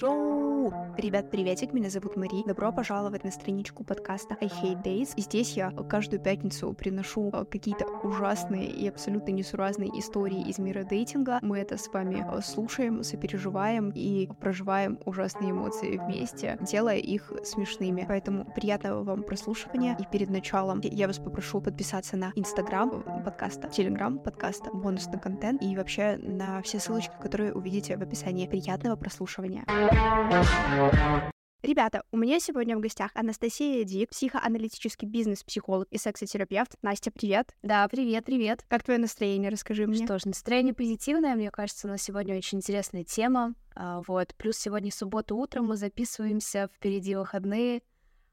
Йоу! Ребят, приветик, меня зовут Мари. Добро пожаловать на страничку подкаста I Hate Days. И здесь я каждую пятницу приношу какие-то ужасные и абсолютно несуразные истории из мира дейтинга. Мы это с вами слушаем, сопереживаем и проживаем ужасные эмоции вместе, делая их смешными. Поэтому приятного вам прослушивания. И перед началом я вас попрошу подписаться на Инстаграм подкаста, Телеграм подкаста, бонусный контент и вообще на все ссылочки, которые увидите в описании. Приятного прослушивания. Ребята, у меня сегодня в гостях Анастасия Дик, психоаналитический бизнес-психолог и сексотерапевт. Настя, привет. Да, привет. Как твое настроение? Расскажи мне. Что ж, настроение позитивное. Мне кажется, у нас сегодня очень интересная тема. Плюс сегодня суббота утром, мы записываемся, впереди выходные,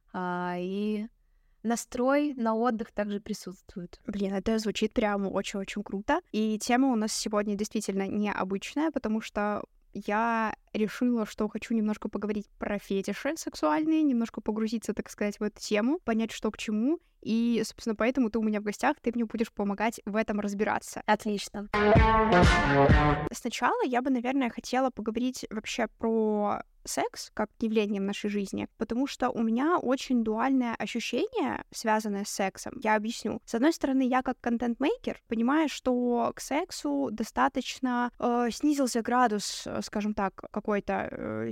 и настрой на отдых также присутствует. Блин, это звучит прямо очень-очень круто. И тема у нас сегодня действительно необычная, потому что я решила, что хочу немножко поговорить про фетиши сексуальные, немножко погрузиться, так сказать, в эту тему, понять, что к чему. И, собственно, поэтому ты у меня в гостях, ты мне будешь помогать в этом разбираться. Отлично. Сначала я бы, наверное, хотела поговорить вообще про секс как явление в нашей жизни, потому что у меня очень дуальное ощущение, связанное с сексом. Я объясню. С одной стороны, я как контент-мейкер понимаю, что к сексу достаточно снизился градус, скажем так, какой-то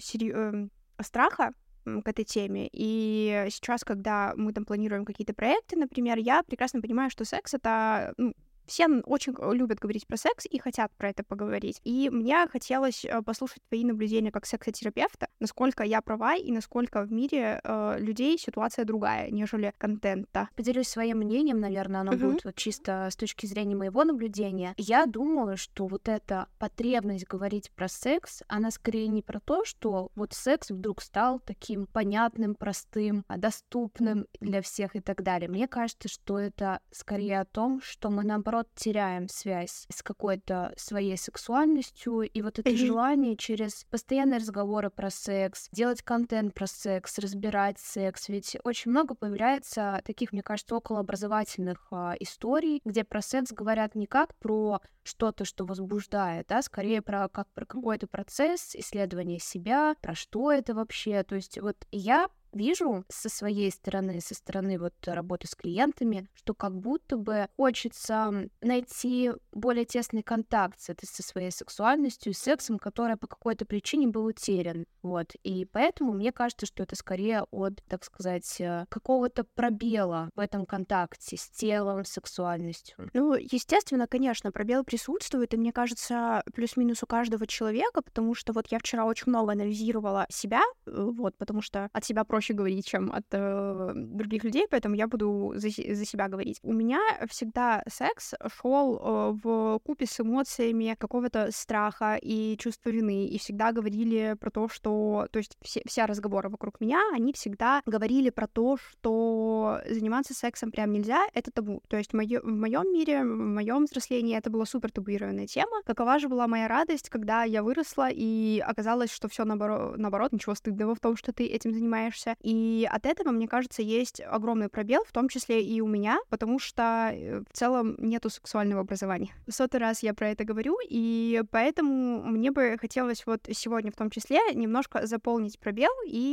страха к этой теме. И сейчас, когда мы там планируем какие-то проекты, например, я прекрасно понимаю, что секс — это... все очень любят говорить про секс и хотят про это поговорить. И мне хотелось послушать твои наблюдения как сексотерапевта, насколько я права и насколько в мире людей ситуация другая, нежели контента. Поделюсь своим мнением, наверное, оно будет вот чисто с точки зрения моего наблюдения. Я думаю, что вот эта потребность говорить про секс, она скорее не про то, что вот секс вдруг стал таким понятным, простым, доступным для всех и так далее. Мне кажется, что это скорее о том, что мы, наоборот, теряем связь с какой-то своей сексуальностью, и вот это желание через постоянные разговоры про секс, делать контент про секс, разбирать секс, ведь очень много появляется таких, мне кажется, околообразовательных историй, где про секс говорят не как про что-то, что возбуждает, да, скорее про какой-то процесс исследования себя, про что это вообще. То есть вот я вижу со своей стороны, со стороны вот работы с клиентами, что как будто бы хочется найти более тесный контакт со своей сексуальностью и сексом, который по какой-то причине был утерян. Вот. И поэтому мне кажется, что это скорее от, так сказать, какого-то пробела в этом контакте с телом, с сексуальностью. Ну, естественно, конечно, пробел присутствует, и мне кажется, плюс-минус у каждого человека, потому что вот я вчера очень много анализировала себя, вот, потому что от себя проще говорить, чем от других людей, поэтому я буду за себя говорить. У меня всегда секс шел в купе с эмоциями какого-то страха и чувства вины, и всегда говорили про то, что... То есть все разговоры вокруг меня, они всегда говорили про то, что заниматься сексом прям нельзя, это табу. То есть в моем мире, в моем взрослении это была супер табуированная тема. Какова же была моя радость, когда я выросла, и оказалось, что все наоборот, ничего стыдного в том, что ты этим занимаешься. И от этого, мне кажется, есть огромный пробел, в том числе и у меня, потому что в целом нету сексуального образования. В 100-й раз я про это говорю, и поэтому мне бы хотелось вот сегодня в том числе немножко заполнить пробел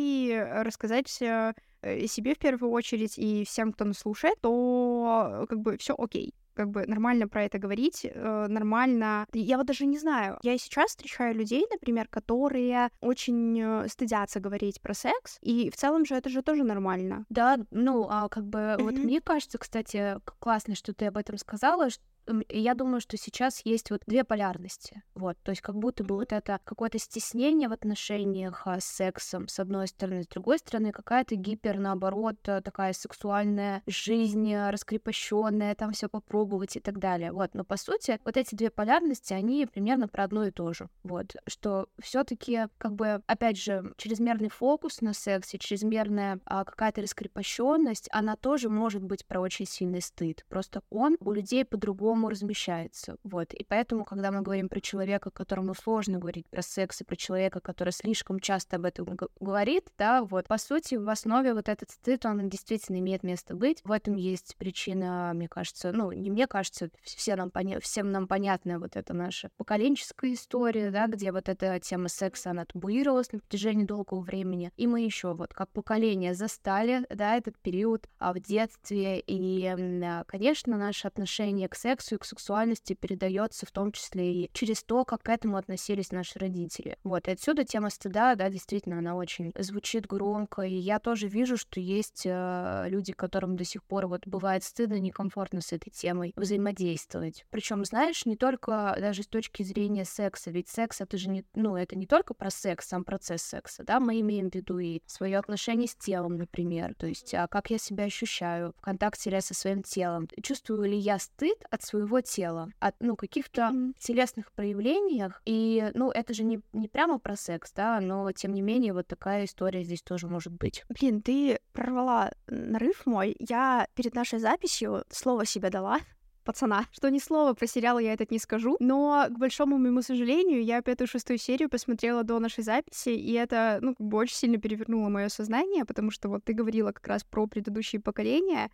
и рассказать себе в первую очередь и всем, кто нас слушает, то как бы все окей. Как бы нормально про это говорить, нормально. Я вот даже не знаю. Я сейчас встречаю людей, например, которые очень стыдятся говорить про секс, и в целом же это же тоже нормально. Да, вот мне кажется, кстати, классно, что ты об этом сказала, я думаю, что сейчас есть вот две полярности, вот, то есть как будто бы вот это какое-то стеснение в отношениях с сексом, с одной стороны, с другой стороны, какая-то наоборот, такая сексуальная жизнь, раскрепощенная, там все попробовать и так далее, вот, но по сути вот эти две полярности, они примерно про одно и то же, вот, что все-таки как бы, опять же, чрезмерный фокус на сексе, чрезмерная какая-то раскрепощенность, она тоже может быть про очень сильный стыд, просто он у людей по-другому по-другому размещается, вот. И поэтому, когда мы говорим про человека, которому сложно говорить про секс, и про человека, который слишком часто об этом говорит, да, вот, по сути, в основе вот этот стыд, он действительно имеет место быть. В этом есть причина, мне кажется, ну, не мне кажется, всем нам понятна вот эта наша поколенческая история, да, где вот эта тема секса, она табуировалась на протяжении долгого времени, и мы еще вот как поколение застали, да, этот период в детстве, и, конечно, наше отношение к сексу и к сексуальности передается в том числе и через то, как к этому относились наши родители. Вот, и отсюда тема стыда, да, действительно, она очень звучит громко, и я тоже вижу, что есть люди, которым до сих пор вот бывает стыдно, некомфортно с этой темой взаимодействовать. Причем, знаешь, не только даже с точки зрения секса, ведь секс это же не, ну, это не только про секс, сам процесс секса, да, мы имеем в виду и свое отношение с телом, например, то есть как я себя ощущаю, в контакте ли я со своим телом, чувствую ли я стыд от своего тела, от, ну, каких-то телесных проявлениях, и, ну, это же не прямо про секс, да, но, тем не менее, вот такая история здесь тоже может быть. Блин, ты прорвала нарыв мой. Я перед нашей записью слово себе дала, пацана, что ни слова про сериал я этот не скажу, но, к большому моему сожалению, я 5-6 серию посмотрела до нашей записи, и это, ну, как бы очень сильно перевернуло мое сознание, потому что вот ты говорила как раз про предыдущие поколения,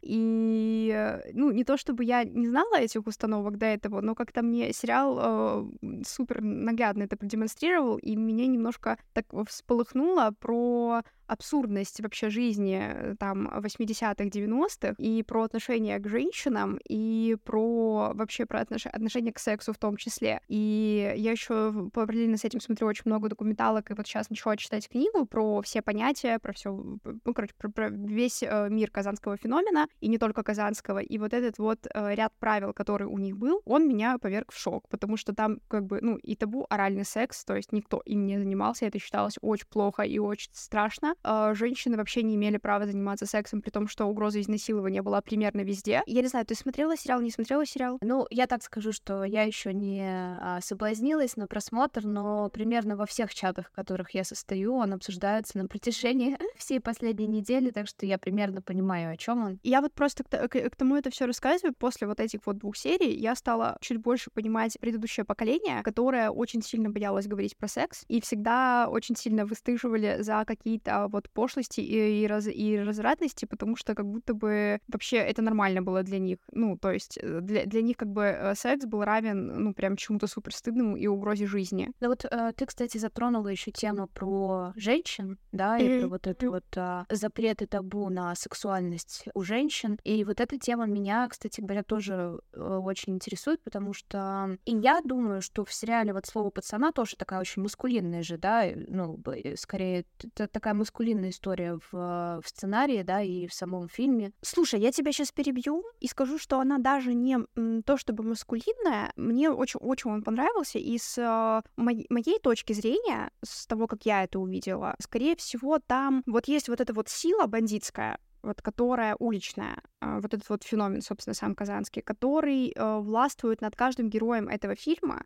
и, ну, не то чтобы я не знала этих установок до этого, но как-то мне сериал супер наглядно это продемонстрировал, и меня немножко так всполыхнуло про абсурдность вообще жизни там 80-х, 90-х, и про отношение к женщинам, и про вообще про отношение к сексу в том числе. И я еще параллельно с этим смотрю очень много документалок, и вот сейчас начала читать книгу про все понятия, про все, ну, короче, про весь мир казанского феномена, и не только казанского. И вот этот вот ряд правил, который у них был, он меня поверг в шок, потому что там как бы, ну, и табу оральный секс, то есть никто им не занимался, это считалось очень плохо и очень страшно. Женщины вообще не имели права заниматься сексом, при том, что угроза изнасилования была примерно везде. Я не знаю, ты смотрела сериал, не смотрела сериал? Ну, я так скажу, что я еще не соблазнилась на просмотр, но примерно во всех чатах, в которых я состою, он обсуждается на протяжении всей последней недели, так что я примерно понимаю, о чем он. Я вот просто к тому это все рассказываю. После вот этих вот 2 серий я стала чуть больше понимать предыдущее поколение, которое очень сильно боялось говорить про секс и всегда очень сильно выстыживали за какие-то вот пошлости и развратности, потому что как будто бы вообще это нормально было для них. Ну, то есть для них как бы секс был равен, ну, прям чему-то супер стыдному и угрозе жизни. Да вот ты, кстати, затронула еще тему про женщин, да, и про вот это вот запрет и табу на сексуальность у женщин. И вот эта тема меня, кстати говоря, тоже очень интересует, потому что и я думаю, что в сериале вот слово пацана тоже такая очень маскулинная же, да, ну, скорее такая маскулинная история в сценарии, да, и в самом фильме. Слушай, я тебя сейчас перебью и скажу, что она даже не то чтобы маскулинная, мне очень он понравился, и с моей точки зрения, с того, как я это увидела, скорее всего, там вот есть вот эта вот сила бандитская, вот, которая уличная, вот этот вот феномен, собственно, сам казанский, который властвует над каждым героем этого фильма,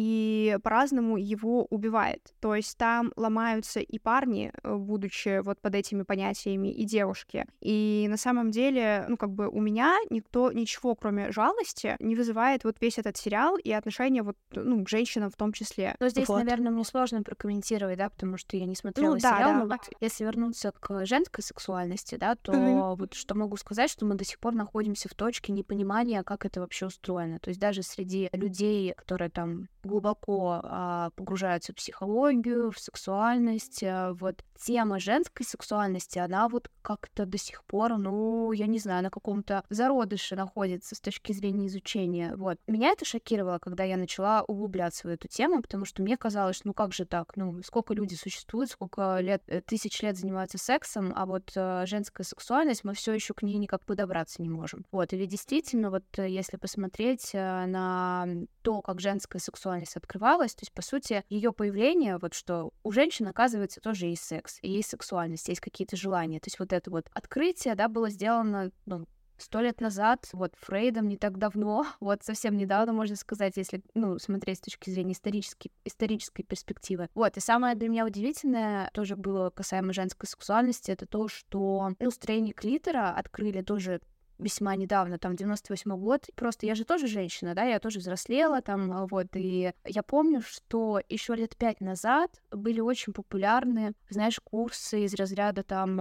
и по-разному его убивает. То есть там ломаются и парни, будучи вот под этими понятиями, и девушки. И на самом деле, ну, как бы у меня никто ничего, кроме жалости, не вызывает вот весь этот сериал и отношение вот, ну, к женщинам в том числе. Но здесь, вот. Наверное, мне сложно прокомментировать, да, потому что я не смотрела сериал, но вот если вернуться к женской сексуальности, да, то вот что могу сказать, что мы до сих пор находимся в точке непонимания, как это вообще устроено. То есть даже среди людей, которые там глубоко погружаются в психологию, в сексуальность. Вот тема женской сексуальности, она вот как-то до сих пор, ну, я не знаю, на каком-то зародыше находится с точки зрения изучения. Вот. Меня это шокировало, когда я начала углубляться в эту тему, потому что мне казалось, ну как же так? Ну, сколько людей существует, сколько лет, тысяч лет занимаются сексом, а вот женская сексуальность, мы все еще к ней никак подобраться не можем. Вот. Или действительно, вот если посмотреть на то, как женская сексуальность открывалась, то есть, по сути, ее появление, вот что у женщин, оказывается, тоже есть секс, и есть сексуальность, есть какие-то желания. То есть вот это вот открытие, да, было сделано, ну, 100 лет назад, вот, Фрейдом не так давно, вот, совсем недавно, можно сказать, если, ну, смотреть с точки зрения исторической перспективы. Вот, и самое для меня удивительное тоже было касаемо женской сексуальности, это то, что, ну, строение клитора открыли тоже весьма недавно, там, 98-й год. Просто я же тоже женщина, да, я тоже взрослела, там, вот, и я помню, что еще лет 5 назад были очень популярны, знаешь, курсы из разряда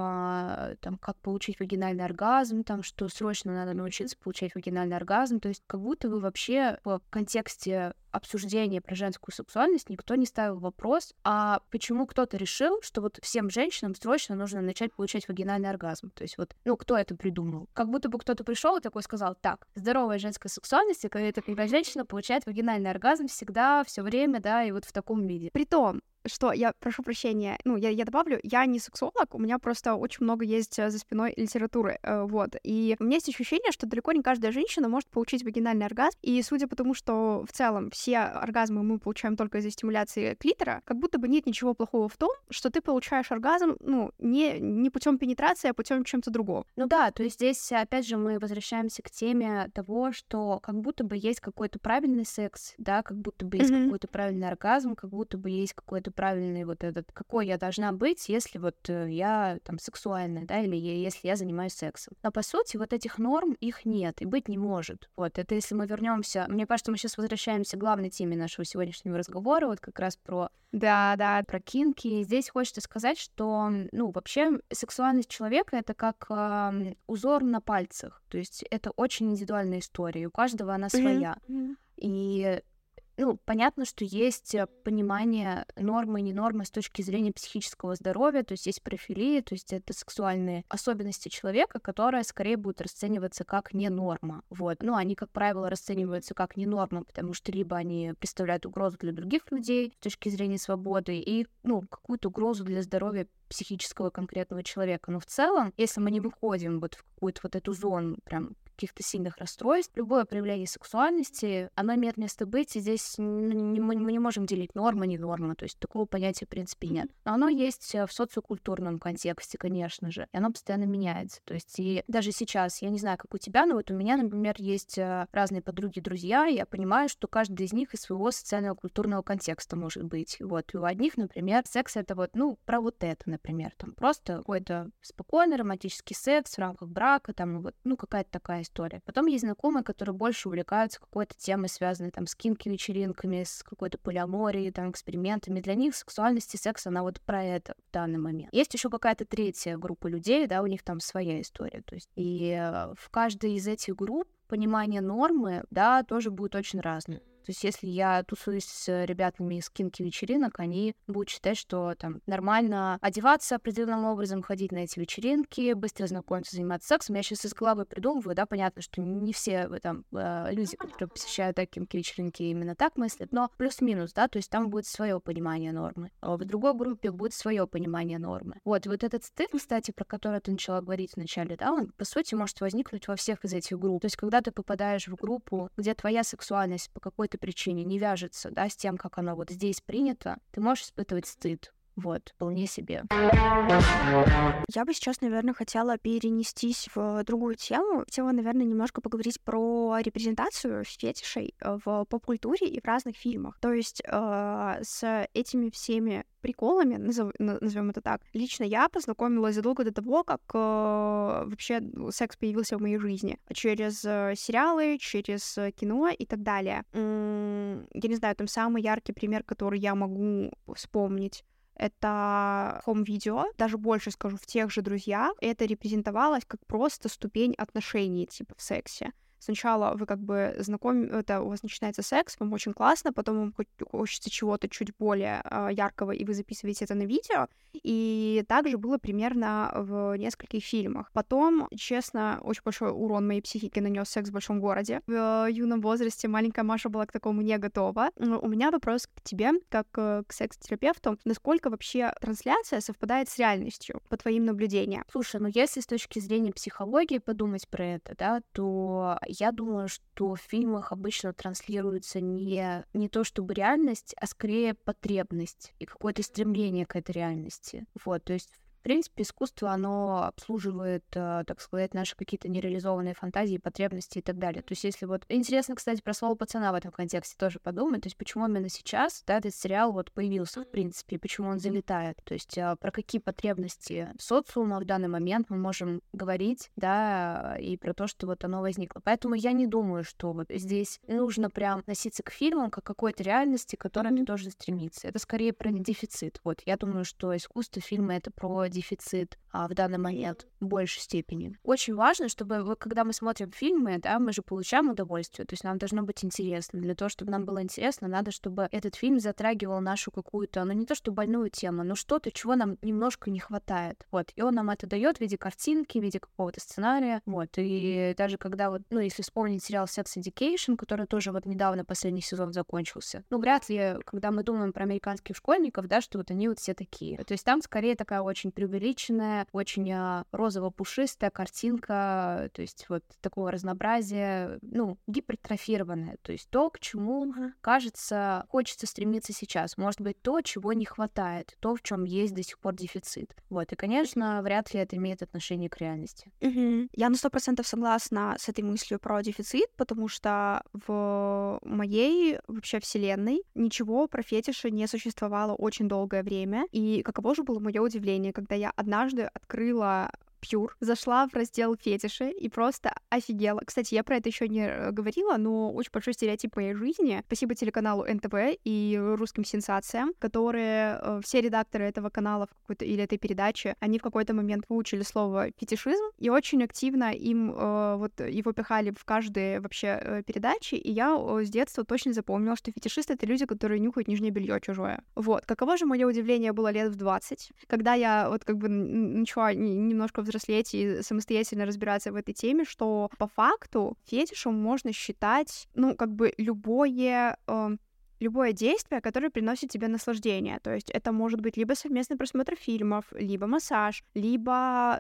там, как получить вагинальный оргазм, там, что срочно надо научиться получать вагинальный оргазм, то есть как будто бы вообще в контексте обсуждения про женскую сексуальность никто не ставил вопрос, а почему кто-то решил, что вот всем женщинам срочно нужно начать получать вагинальный оргазм. То есть вот, кто это придумал? Как будто бы кто-то пришел и такой сказал: так, здоровая женская сексуальность — это когда женщина получает вагинальный оргазм всегда, все время, да, и вот в таком виде. Притом, что я прошу прощения, я добавлю, я не сексолог, у меня просто очень много есть за спиной литературы, вот, и у меня есть ощущение, что далеко не каждая женщина может получить вагинальный оргазм, и судя по тому, что в целом все оргазмы мы получаем только из-за стимуляции клитора, как будто бы нет ничего плохого в том, что ты получаешь оргазм, не путем пенетрации, а путем чем-то другого. Ну да, то есть здесь, опять же, мы возвращаемся к теме того, что как будто бы есть какой-то правильный секс, да, как будто бы есть какой-то правильный оргазм, как будто бы есть какой-то правильный вот этот, какой я должна быть, если вот я там сексуальная, да, или если я занимаюсь сексом. Но по сути вот этих норм их нет и быть не может. Вот, это если мы вернемся, мне кажется, мы сейчас возвращаемся к главной теме нашего сегодняшнего разговора, вот как раз про про кинки. И здесь хочется сказать, что, вообще сексуальность человека — это как узор на пальцах, то есть это очень индивидуальная история, и у каждого она своя. И понятно, что есть понимание нормы и не нормы с точки зрения психического здоровья, то есть есть парафилия, то есть это сексуальные особенности человека, которые скорее будут расцениваться как не норма. Вот. Они, как правило, расцениваются как не норма, потому что либо они представляют угрозу для других людей с точки зрения свободы и, какую-то угрозу для здоровья психического конкретного человека. Но в целом, если мы не выходим вот в какую-то вот эту зону прям каких-то сильных расстройств, любое проявление сексуальности, оно имеет место быть, и здесь мы не можем делить норма, не норма, то есть такого понятия в принципе нет. Но оно есть в социокультурном контексте, конечно же, и оно постоянно меняется. То есть и даже сейчас, я не знаю, как у тебя, но вот у меня, например, есть разные подруги, друзья, и я понимаю, что каждый из них из своего социального культурного контекста может быть. Вот, и у одних, например, секс — это вот, про вот это, например, там просто какой-то спокойный романтический секс в рамках брака, там вот, какая-то такая история. Потом есть знакомые, которые больше увлекаются какой-то темой, связанной там с кинки-вечеринками, с какой-то полиаморией, там, экспериментами. Для них сексуальность и секс, она вот про это в данный момент. Есть еще какая-то третья группа людей, да, у них там своя история. То есть и в каждой из этих групп понимание нормы, да, тоже будет очень разным. То есть если я тусуюсь с ребятами из кинки-вечеринок, они будут считать, что там нормально одеваться определенным образом, ходить на эти вечеринки, быстро знакомиться, заниматься сексом. Я сейчас из головы придумываю, да, понятно, что не все там люди, которые посещают кинки-вечеринки, именно так мыслят, но плюс-минус, да, то есть там будет свое понимание нормы. А в другой группе будет свое понимание нормы. Вот, и вот этот стыд, кстати, про который ты начала говорить вначале, да, он, по сути, может возникнуть во всех из этих групп. То есть когда ты попадаешь в группу, где твоя сексуальность по какой-то причине не вяжется, да, с тем, как оно вот здесь принято, ты можешь испытывать стыд. Вот, вполне себе. Я бы сейчас, наверное, хотела перенестись в другую тему. Хотела, наверное, немножко поговорить про репрезентацию фетишей в поп-культуре и в разных фильмах. То есть с этими всеми приколами, назовем это так, лично я познакомилась задолго до того, как вообще секс появился в моей жизни. Через сериалы, через кино и так далее. Я не знаю, там самый яркий пример, который я могу вспомнить, это хоум-видео, даже больше скажу, в тех же «Друзьях» это репрезентовалось как просто ступень отношений, типа, в сексе. Сначала вы как бы у вас начинается секс, вам очень классно, потом вам хочется чего-то чуть более яркого, и вы записываете это на видео. И также было примерно в нескольких фильмах. Потом, честно, очень большой урон моей психике нанес «Секс в большом городе». В юном возрасте маленькая Маша была к такому не готова. У меня вопрос к тебе, как к секс-терапевту. Насколько вообще трансляция совпадает с реальностью, по твоим наблюдениям? Слушай, если с точки зрения психологии подумать про это, да, то я думаю, что в фильмах обычно транслируется не то чтобы реальность, а скорее потребность и какое-то стремление к этой реальности. Вот, то есть принципе, искусство, оно обслуживает, так сказать, наши какие-то нереализованные фантазии, потребности и так далее. То есть если вот... Интересно, кстати, про слово «пацана» в этом контексте тоже подумать, то есть почему именно сейчас, да, этот сериал вот появился, в принципе, почему он залетает, то есть про какие потребности социума в данный момент мы можем говорить, да, и про то, что вот оно возникло. Поэтому я не думаю, что вот здесь нужно прям относиться к фильмам как к какой-то реальности, к которой ты должен стремиться. Это скорее про дефицит. Вот, я думаю, что искусство, фильмы — это про дефицит в данный момент в большей степени. Очень важно, чтобы когда мы смотрим фильмы, да, мы же получаем удовольствие, то есть нам должно быть интересно. Для того, чтобы нам было интересно, надо, чтобы этот фильм затрагивал нашу какую-то, ну не то что больную тему, но что-то, чего нам немножко не хватает. Вот, и он нам это дает в виде картинки, в виде какого-то сценария. Вот, и даже когда вот, ну, если вспомнить сериал Sex Education, который тоже вот недавно последний сезон закончился, ну, вряд ли, когда мы думаем про американских школьников, да, что вот они вот все такие. То есть там скорее такая очень преувеличенная, очень розово-пушистая картинка, то есть вот такого разнообразия, ну, гипертрофированное, то есть то, к чему, кажется, хочется стремиться сейчас. Может быть, то, чего не хватает, то, в чем есть до сих пор дефицит. Вот, и, конечно, вряд ли это имеет отношение к реальности. Я на 100% согласна с этой мыслью про дефицит, потому что в моей вообще вселенной ничего про фетиши не существовало очень долгое время, и каково же было мое удивление, когда я однажды открыла Pure, зашла в раздел фетиши и просто офигела. Кстати, я про это еще не говорила, но очень большой стереотип моей жизни. Спасибо телеканалу НТВ и русским сенсациям, которые все редакторы этого канала или этой передачи, они в какой-то момент выучили слово фетишизм и очень активно им вот его пихали в каждой вообще передаче, и я с детства точно запомнила, что фетишисты — это люди, которые нюхают нижнее белье чужое. Вот. Каково же мое удивление было лет в 20, когда я вот как бы начала немножко взрослеть и самостоятельно разбираться в этой теме, что по факту фетишем можно считать, ну, как бы любое действие, которое приносит тебе наслаждение. То есть это может быть либо совместный просмотр фильмов, либо массаж, либо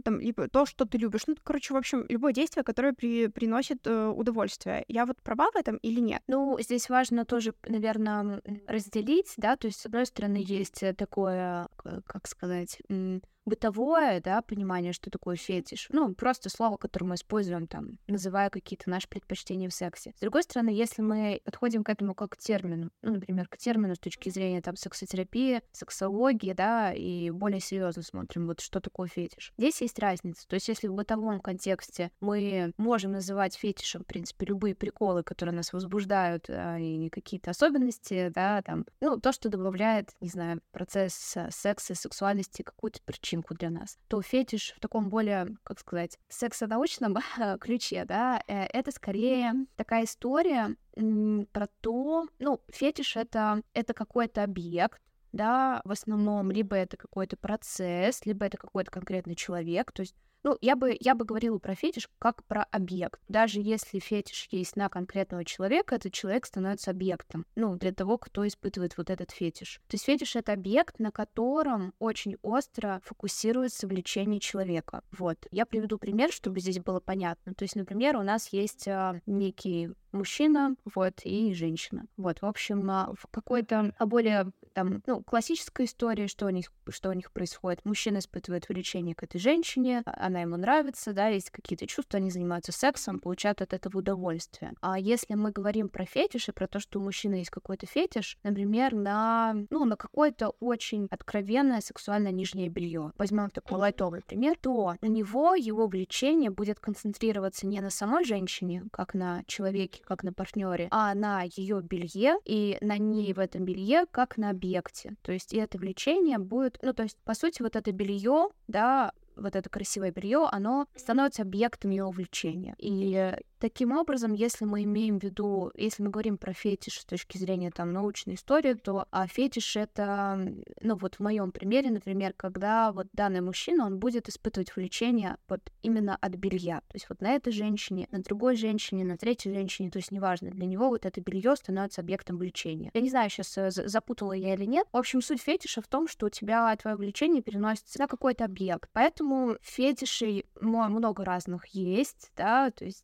то, что ты любишь. Ну, короче, в общем, любое действие, которое приносит удовольствие. Я вот права в этом или нет? Ну, здесь важно тоже, наверное, разделить, да, то есть, с одной стороны, есть такое, как сказать, бытовое, да, понимание, что такое фетиш. Ну, просто слово, которое мы используем, там, называя какие-то наши предпочтения в сексе. С другой стороны, если мы подходим к этому как к термину, ну, например, к термину с точки зрения, там, сексотерапии, сексологии, да, и более серьезно смотрим, вот, что такое фетиш. Здесь есть разница. То есть, если в бытовом контексте мы можем называть фетишем, в принципе, любые приколы, которые нас возбуждают, и какие-то особенности, да, там, ну, то, что добавляет, не знаю, процесс секса, сексуальности, какую-то причину для нас, то фетиш в таком более, как сказать, сексонаучном ключе, да, это скорее такая история про то, ну, фетиш — это какой-то объект, да, в основном, либо это какой-то процесс, либо это какой-то конкретный человек, то есть, ну, я бы говорила про фетиш как про объект. Даже если фетиш есть на конкретного человека, этот человек становится объектом, ну, для того, кто испытывает вот этот фетиш. То есть фетиш — это объект, на котором очень остро фокусируется влечение человека. Вот. Я приведу пример, чтобы здесь было понятно. То есть, например, у нас есть некий мужчина, вот, и женщина. Вот, в общем, в какой-то более, там, ну, классической истории, что у них происходит. Мужчина испытывает влечение к этой женщине, она ему нравится, да, есть какие-то чувства, они занимаются сексом, получают от этого удовольствие. А если мы говорим про фетиши, про то, что у мужчины есть какой-то фетиш, например, на какое-то очень откровенное сексуальное нижнее белье. Возьмем такой лайтовый пример, то у него его влечение будет концентрироваться не на самой женщине, как на человеке, как на партнере, а на ее белье и на ней в этом белье, как на объекте. То есть и это влечение будет, ну, то есть, по сути, вот это белье, да, вот это красивое белье, оно становится объектом ее увлечения. И таким образом, если мы имеем в виду, если мы говорим про фетиш с точки зрения там научной истории, то фетиш — это, ну вот в моем примере, например, когда вот данный мужчина, он будет испытывать влечение вот именно от белья. То есть вот на этой женщине, на другой женщине, на третьей женщине, то есть неважно, для него вот это белье становится объектом влечения. Я не знаю, сейчас запутала я или нет. В общем, суть фетиша в том, что у тебя твое влечение переносится на какой-то объект. Поэтому фетишей много разных есть, да, то есть здесь, конечно,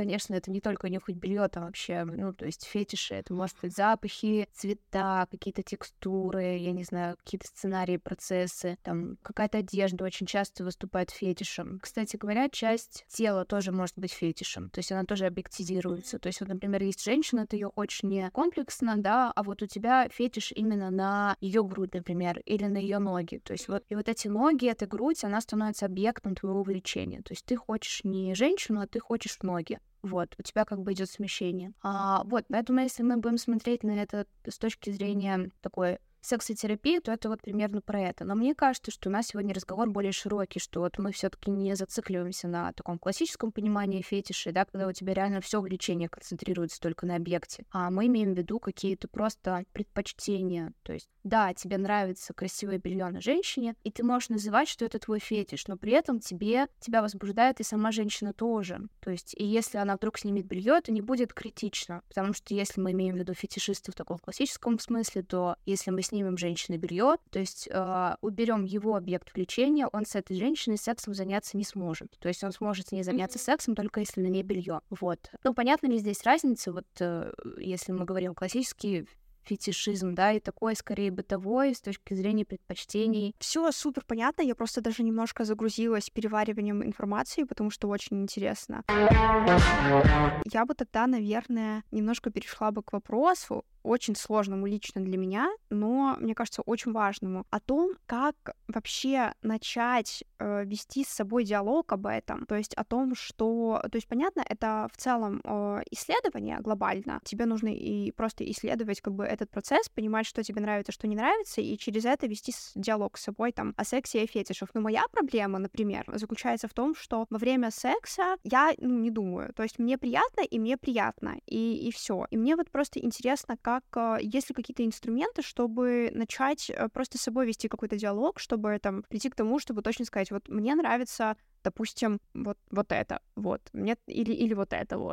конечно, это не только нюхать белье, там вообще, ну, то есть фетиши, это может быть запахи, цвета, какие-то текстуры, я не знаю, какие-то сценарии, процессы, там какая-то одежда очень часто выступает фетишем. Кстати говоря, часть тела тоже может быть фетишем, то есть она тоже объектизируется. То есть вот, например, есть женщина, ты ее хочешь не комплексно, да, а вот у тебя фетиш именно на ее грудь, например, или на ее ноги. То есть вот, и вот эти ноги, эта грудь, она становится объектом твоего увлечения. То есть ты хочешь не женщину, а ты хочешь ноги. Вот, у тебя как бы идет смещение. Вот, поэтому если мы будем смотреть на это с точки зрения такой сексотерапии, то это вот примерно про это. Но мне кажется, что у нас сегодня разговор более широкий, что вот мы все-таки не зацикливаемся на таком классическом понимании фетишей, да, когда у тебя реально все влечение концентрируется только на объекте, а мы имеем в виду какие-то просто предпочтения. То есть, да, тебе нравится красивое белье на женщине, и ты можешь называть, что это твой фетиш, но при этом тебя возбуждает и сама женщина тоже. То есть, и если она вдруг снимет белье, это не будет критично, потому что если мы имеем в виду фетишисты в таком классическом смысле, то если мы снимем женщины белье, то есть уберем его объект влечения, он с этой женщиной сексом заняться не сможет. То есть он сможет с ней заняться сексом только если на ней белье. Вот. Ну, понятно ли здесь разница? Вот если мы говорим классический фетишизм, да, и такой скорее бытовой с точки зрения предпочтений. Все супер понятно, я просто даже немножко загрузилась перевариванием информации, потому что очень интересно. Я бы тогда, наверное, немножко перешла бы к вопросу, очень сложному лично для меня, но, мне кажется, очень важному, о том, как вообще начать вести с собой диалог об этом, то есть о том, что... То есть, понятно, это в целом исследование глобально, тебе нужно и просто исследовать как бы этот процесс, понимать, что тебе нравится, что не нравится, и через это вести диалог с собой там о сексе и о фетишах. Но моя проблема, например, заключается в том, что во время секса я не думаю, то есть мне приятно, и все. И мне вот просто интересно, есть ли какие-то инструменты, чтобы начать просто с собой вести какой-то диалог, чтобы там прийти к тому, чтобы точно сказать, вот мне нравится, допустим, вот это, вот, мне или вот это вот.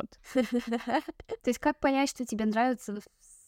То есть как понять, что тебе нравится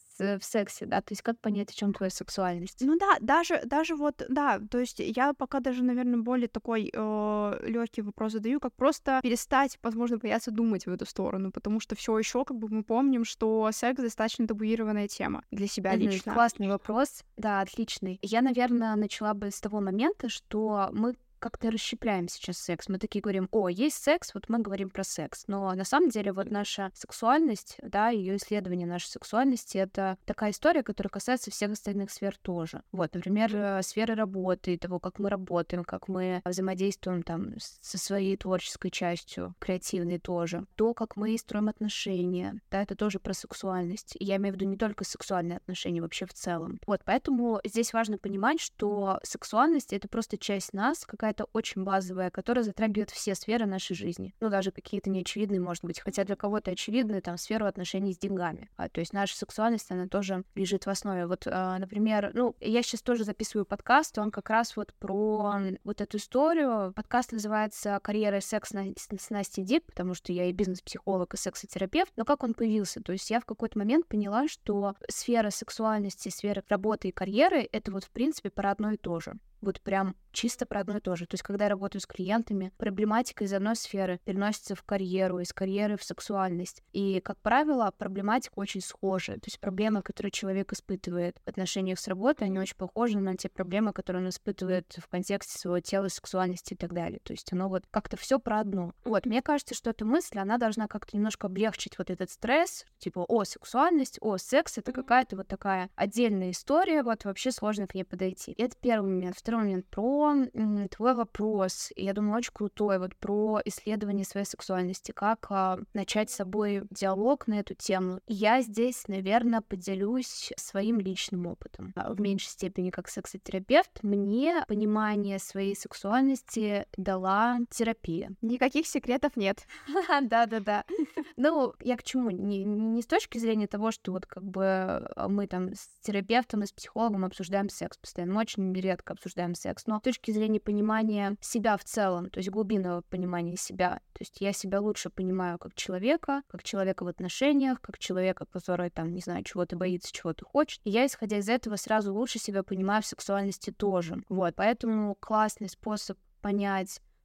в сексе, да, то есть как понять, о чем твоя сексуальность? Ну да, даже вот, да, то есть я пока даже, наверное, более такой легкий вопрос задаю, как просто перестать, возможно, бояться думать в эту сторону, потому что все еще как бы мы помним, что секс достаточно табуированная тема для себя лично. Классный вопрос, да, отличный. Я, наверное, начала бы с того момента, что мы как-то расщепляем сейчас секс. Мы такие говорим, есть секс, вот мы говорим про секс. Но на самом деле вот наша сексуальность, да, ее исследование нашей сексуальности — это такая история, которая касается всех остальных сфер тоже. Вот, например, сферы работы, того, как мы работаем, как мы взаимодействуем там со своей творческой частью, креативной тоже. То, как мы строим отношения, да, это тоже про сексуальность. И я имею в виду не только сексуальные отношения, вообще в целом. Вот, поэтому здесь важно понимать, что сексуальность — это просто часть нас, какая-то очень базовая, которая затрагивает все сферы нашей жизни. Ну, даже какие-то неочевидные, может быть, хотя для кого-то очевидные, там, сферу отношений с деньгами. То есть наша сексуальность, она тоже лежит в основе. Вот, например, я сейчас тоже записываю подкаст, он как раз вот про вот эту историю. Подкаст называется «Карьера и секс с Настей Дип», потому что я и бизнес-психолог, и сексотерапевт. Но как он появился? То есть я в какой-то момент поняла, что сфера сексуальности, сфера работы и карьеры — это вот, в принципе, про одно и то же. Вот прям чисто про одно и то же. То есть, когда я работаю с клиентами, проблематика из одной сферы переносится в карьеру, из карьеры в сексуальность. И, как правило, проблематика очень схожа. То есть проблемы, которые человек испытывает в отношениях с работой, они очень похожи на те проблемы, которые он испытывает в контексте своего тела, сексуальности и так далее. То есть оно вот как-то все про одно. Вот, мне кажется, что эта мысль, она должна как-то немножко облегчить вот этот стресс, типа, сексуальность, секс — это какая-то вот такая отдельная история, вот вообще сложно к ней подойти. И это первый момент. Второй момент про твой вопрос. Я думаю, очень крутой, вот про исследование своей сексуальности, как начать с собой диалог на эту тему. Я здесь, наверное, поделюсь своим личным опытом. В меньшей степени как сексотерапевт мне понимание своей сексуальности дала терапия. Никаких секретов нет. Да-да-да. Ну, я к чему? Не с точки зрения того, что вот как бы мы там с терапевтом и с психологом обсуждаем секс постоянно. Мы очень редко обсуждаем секс, но с точки зрения понимания себя в целом, то есть глубинного понимания себя, то есть я себя лучше понимаю как человека в отношениях, как человека, который там, не знаю, чего-то боится, чего-то хочет, и я, исходя из этого, сразу лучше себя понимаю в сексуальности тоже. Вот, поэтому классный способ понять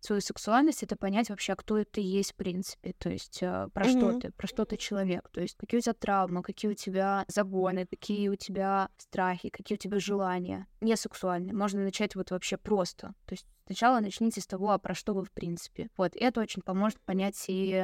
свою сексуальность — это понять вообще, кто ты есть в принципе, то есть про что ты человек, то есть какие у тебя травмы, какие у тебя загоны, какие у тебя страхи, какие у тебя желания, не сексуальные. Можно начать вот вообще просто, то есть сначала начните с того, а про что вы в принципе. Вот, это очень поможет понять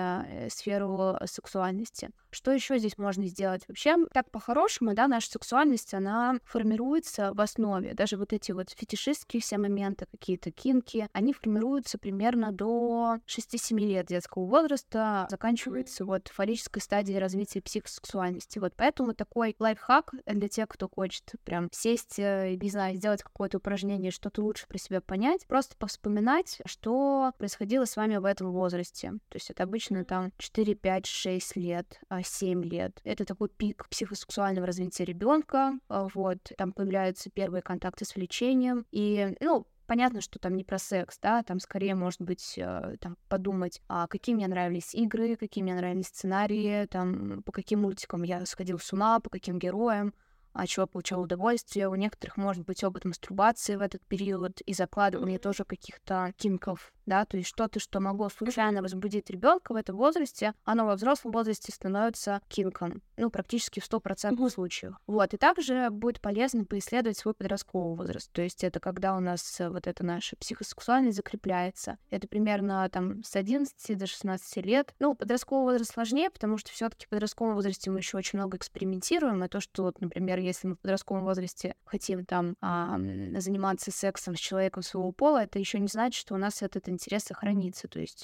и сферу сексуальности. Что еще здесь можно сделать? Вообще, так по-хорошему, да, наша сексуальность, она формируется в основе. Даже вот эти вот фетишистские все моменты, какие-то кинки, они формируются примерно до 6-7 лет детского возраста, заканчивается вот фаллической стадией развития психосексуальности. Вот поэтому такой лайфхак для тех, кто хочет прям сесть, не знаю, сделать какое-то упражнение, что-то лучше про себя понять, просто повспоминать, что происходило с вами в этом возрасте. То есть это обычно там 4, 5, 6 лет, 7 лет. Это такой пик психосексуального развития ребенка. Вот, там появляются первые контакты с влечением. И, понятно, что там не про секс, да, там скорее, может быть, там подумать, какие мне нравились игры, какие мне нравились сценарии, там, по каким мультикам я сходил с ума, по каким героям, от чего получал удовольствие. У некоторых может быть опыт мастурбации в этот период и закладывание тоже каких-то кинков, да, то есть что-то, что могло случайно возбудить ребенка в этом возрасте, оно во взрослом возрасте становится кинком, практически в 100% случаев. Вот, и также будет полезно поисследовать свой подростковый возраст, то есть это когда у нас вот эта наша психосексуальность закрепляется. Это примерно там с 11 до 16 лет. Подростковый возраст сложнее, потому что все-таки в подростковом возрасте мы еще очень много экспериментируем, и то, что, вот, например, если мы в подростковом возрасте хотим там заниматься сексом с человеком своего пола, это еще не значит, что у нас этот интерес сохранится. То есть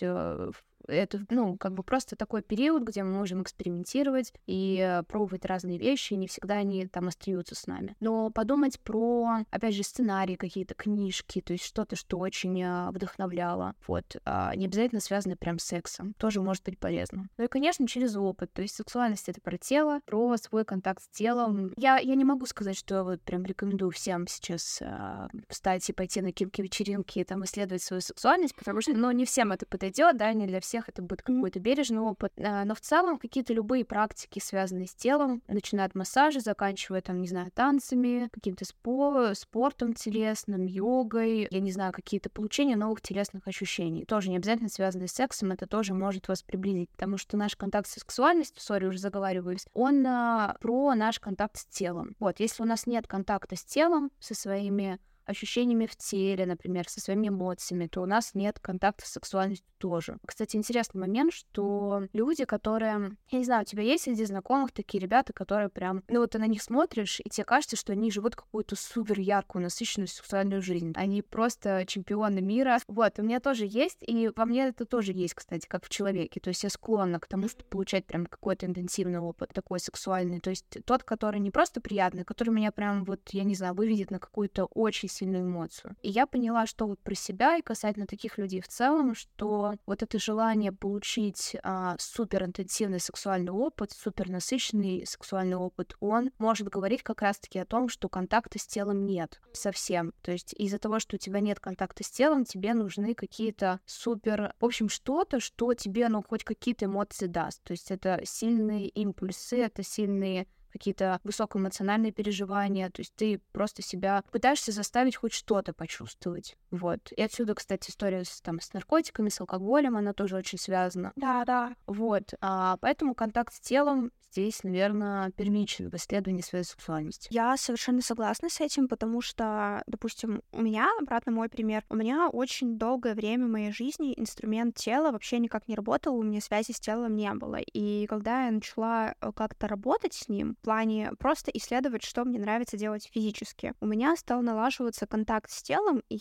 это, просто такой период, где мы можем экспериментировать и пробовать разные вещи, и не всегда они там остаются с нами. Но подумать про, опять же, сценарии, какие-то книжки, то есть что-то, что очень вдохновляло, вот, не обязательно связано прям с сексом, тоже может быть полезно. И, конечно, через опыт, то есть сексуальность — это про тело, про свой контакт с телом. Я не могу сказать, что вот прям рекомендую всем сейчас встать и пойти на кинки-вечеринки и там исследовать свою сексуальность, потому что, не всем это подойдет, да, не для всех это будет какой-то бережный опыт, но в целом какие-то любые практики, связанные с телом, начиная от массажа, заканчивая там, не знаю, танцами, каким-то спортом телесным, йогой, я не знаю, какие-то получения новых телесных ощущений, тоже не обязательно связанные с сексом, это тоже может вас приблизить, потому что наш контакт с сексуальностью, уже заговариваюсь, он про наш контакт с телом. Вот, если у нас нет контакта с телом, со своими ощущениями в теле, например, со своими эмоциями, то у нас нет контакта с сексуальностью тоже. Кстати, интересный момент, что люди, которые... Я не знаю, у тебя есть среди знакомых такие ребята, которые прям... ты на них смотришь, и тебе кажется, что они живут какую-то супер яркую, насыщенную сексуальную жизнь. Они просто чемпионы мира. Вот, у меня тоже есть, и во мне это тоже есть, кстати, как в человеке. То есть я склонна к тому, чтобы получать прям какой-то интенсивный опыт, такой сексуальный. То есть тот, который не просто приятный, который меня прям я не знаю, выведет на какую-то очень сильную эмоцию. И я поняла, что вот про себя и касательно таких людей в целом, что вот это желание получить супер интенсивный сексуальный опыт, супер насыщенный сексуальный опыт, он может говорить как раз-таки о том, что контакта с телом нет совсем. То есть из-за того, что у тебя нет контакта с телом, тебе нужны какие-то супер... В общем, что-то, что тебе, хоть какие-то эмоции даст. То есть это сильные импульсы, это сильные какие-то высокоэмоциональные переживания, то есть ты просто себя пытаешься заставить хоть что-то почувствовать, вот. И отсюда, кстати, история с наркотиками, с алкоголем, она тоже очень связана. Да. Вот, поэтому контакт с телом здесь, наверное, первичен в исследовании своей сексуальности. Я совершенно согласна с этим, потому что, допустим, у меня, обратно мой пример, у меня очень долгое время в моей жизни инструмент тела вообще никак не работал, у меня связи с телом не было. И когда я начала как-то работать с ним, в плане просто исследовать, что мне нравится делать физически, у меня стал налаживаться контакт с телом, и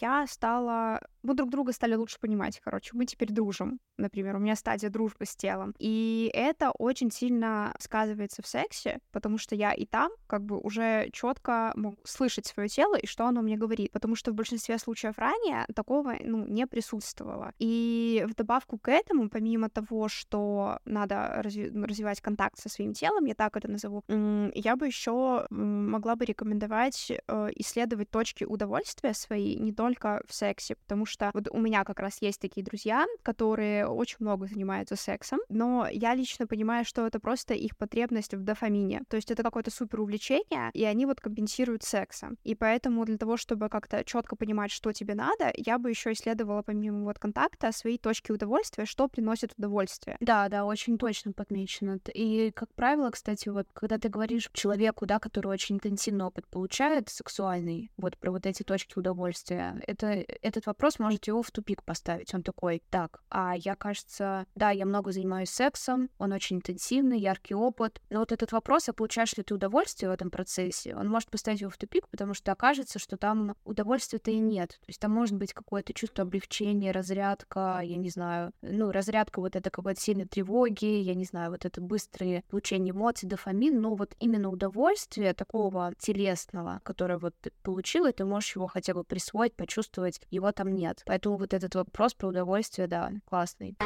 мы друг друга стали лучше понимать, мы теперь дружим. Например, у меня стадия дружбы с телом. И это очень сильно сказывается в сексе, потому что я и там уже четко могу слышать свое тело и что оно мне говорит, потому что в большинстве случаев ранее такого не присутствовало. И в добавку к этому, помимо того, что надо развивать контакт со своим телом, я так это назову, Я бы еще могла бы рекомендовать исследовать точки удовольствия свои не только в сексе, потому что вот у меня как раз есть такие друзья, которые очень много занимаются сексом, но я лично понимаю, что это просто их потребность в дофамине. То есть это какое-то супер увлечение, и они вот компенсируют сексом. И поэтому для того, чтобы как-то четко понимать, что тебе надо, я бы еще исследовала помимо вот контакта свои точки удовольствия, что приносит удовольствие. Да, очень точно подмечено. И, как правило, кстати, вот когда ты говоришь человеку, да, который очень интенсивный опыт получает, сексуальный, вот про вот эти точки удовольствия, этот вопрос может его в тупик поставить. Он такой: так, я, кажется, да, я много занимаюсь сексом, он очень интенсивный, яркий опыт, но вот этот вопрос, а получаешь ли ты удовольствие в этом процессе, он может поставить его в тупик, потому что окажется, что там удовольствия-то и нет. То есть там может быть какое-то чувство облегчения, разрядка, я не знаю, разрядка вот это какой-то сильной тревоги, я не знаю, вот это быстрое получение эмоций, дофамин, но вот именно удовольствие такого телесного, которое вот ты получила, ты можешь его хотя бы присвоить, почувствовать, его там нет. Поэтому вот этот вопрос про удовольствие, да, классный.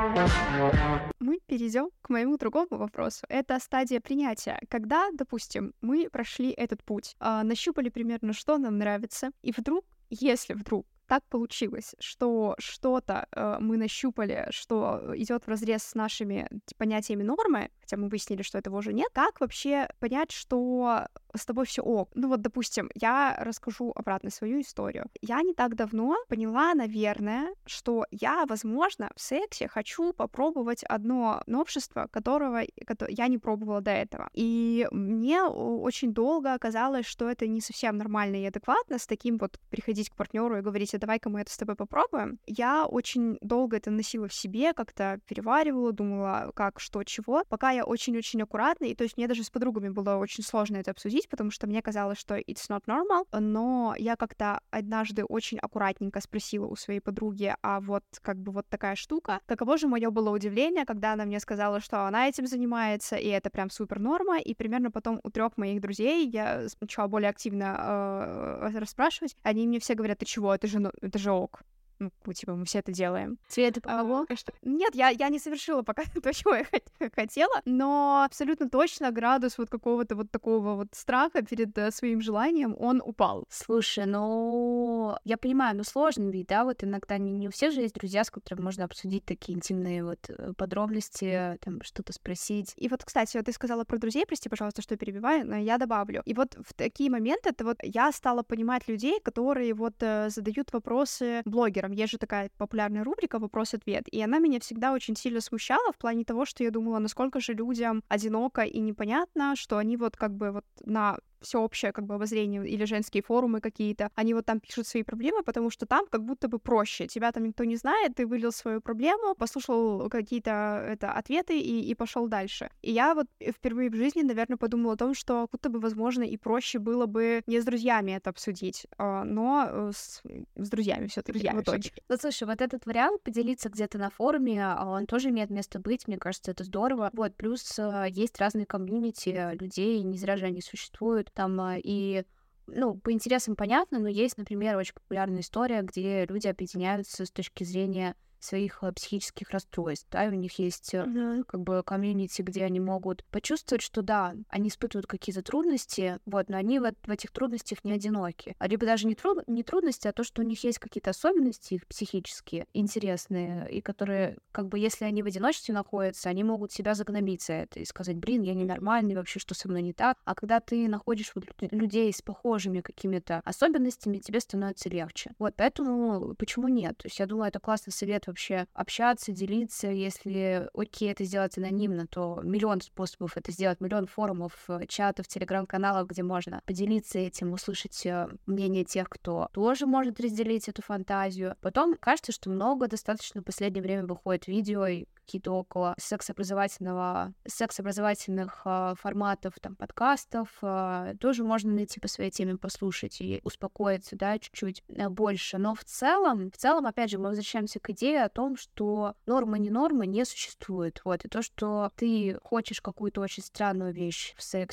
Мы перейдем к моему другому вопросу. Это стадия принятия. Когда, допустим, мы прошли этот путь, нащупали примерно, что нам нравится, и вдруг, если вдруг так получилось, что что-то мы нащупали, что идет вразрез с нашими понятиями нормы, хотя мы выяснили, что этого уже нет, как вообще понять, что с тобой все ок? Вот, допустим, я расскажу обратно свою историю. Я не так давно поняла, наверное, что я, возможно, в сексе хочу попробовать одно новшество, которого я не пробовала до этого. И мне очень долго казалось, что это не совсем нормально и адекватно с таким вот приходить к партнеру и говорить: а давай-ка мы это с тобой попробуем. Я очень долго это носила в себе, как-то переваривала, думала, как, что, чего, пока я очень-очень аккуратно, и то есть мне даже с подругами было очень сложно это обсудить, потому что мне казалось, что it's not normal, но я как-то однажды очень аккуратненько спросила у своей подруги, а вот как бы вот такая штука. Каково же мое было удивление, когда она мне сказала, что она этим занимается, и это прям супер норма, и примерно потом у 3 моих друзей я начала более активно расспрашивать, они мне все говорят: ты чего, это же ок. Типа, мы все это делаем. Тебе это помогло? Нет, я не совершила пока то, чего я хотела, но абсолютно точно градус вот какого-то вот такого вот страха перед своим желанием, он упал. Слушай, я понимаю, сложно ведь, да, вот иногда не у всех же есть друзья, с которыми можно обсудить такие интимные вот подробности, там, что-то спросить. И вот, кстати, ты сказала про друзей, прости, пожалуйста, что перебиваю, но я добавлю. И вот в такие моменты это вот я стала понимать людей, которые вот задают вопросы блогерам. Есть же такая популярная рубрика «Вопрос-ответ», и она меня всегда очень сильно смущала в плане того, что я думала, насколько же людям одиноко и непонятно, что они вот как бы вот на всеобщее как бы обозрение или женские форумы какие-то, они вот там пишут свои проблемы, потому что там как будто бы проще. Тебя там никто не знает, ты вылил свою проблему, послушал какие-то ответы и пошел дальше. И я вот впервые в жизни, наверное, подумала о том, что как будто бы, возможно, и проще было бы не с друзьями это обсудить, но с друзьями все-таки в итоге. Слушай, вот этот вариант поделиться где-то на форуме, он тоже имеет место быть, мне кажется, это здорово. Вот, плюс есть разные комьюнити людей, не зря же они существуют. Там и по интересам понятно, но есть, например, очень популярная история, где люди объединяются с точки зрения своих психических расстройств, да, и у них есть как бы комьюнити, где они могут почувствовать, что да, они испытывают какие-то трудности, вот, но они в этих трудностях не одиноки. Либо даже не трудности, а то, что у них есть какие-то особенности их психические, интересные, и которые, как бы, если они в одиночестве находятся, они могут себя загнобить за это и сказать: блин, я ненормальный, вообще, что со мной не так. А когда ты находишь вот людей с похожими какими-то особенностями, тебе становится легче. Вот, поэтому почему нет? То есть я думаю, это классный совет вообще общаться, делиться. Если окей, это сделать анонимно, то миллион способов это сделать, миллион форумов, чатов, телеграм-каналов, где можно поделиться этим, услышать мнение тех, кто тоже может разделить эту фантазию. Потом кажется, что много достаточно в последнее время выходит видео и какие-то около сексообразовательных форматов, там, подкастов, тоже можно найти по своей теме, послушать и успокоиться, да, чуть-чуть больше. Но в целом, опять же, мы возвращаемся к идее о том, что норма не существует. Вот, и то, что ты хочешь какую-то очень странную вещь в сексе,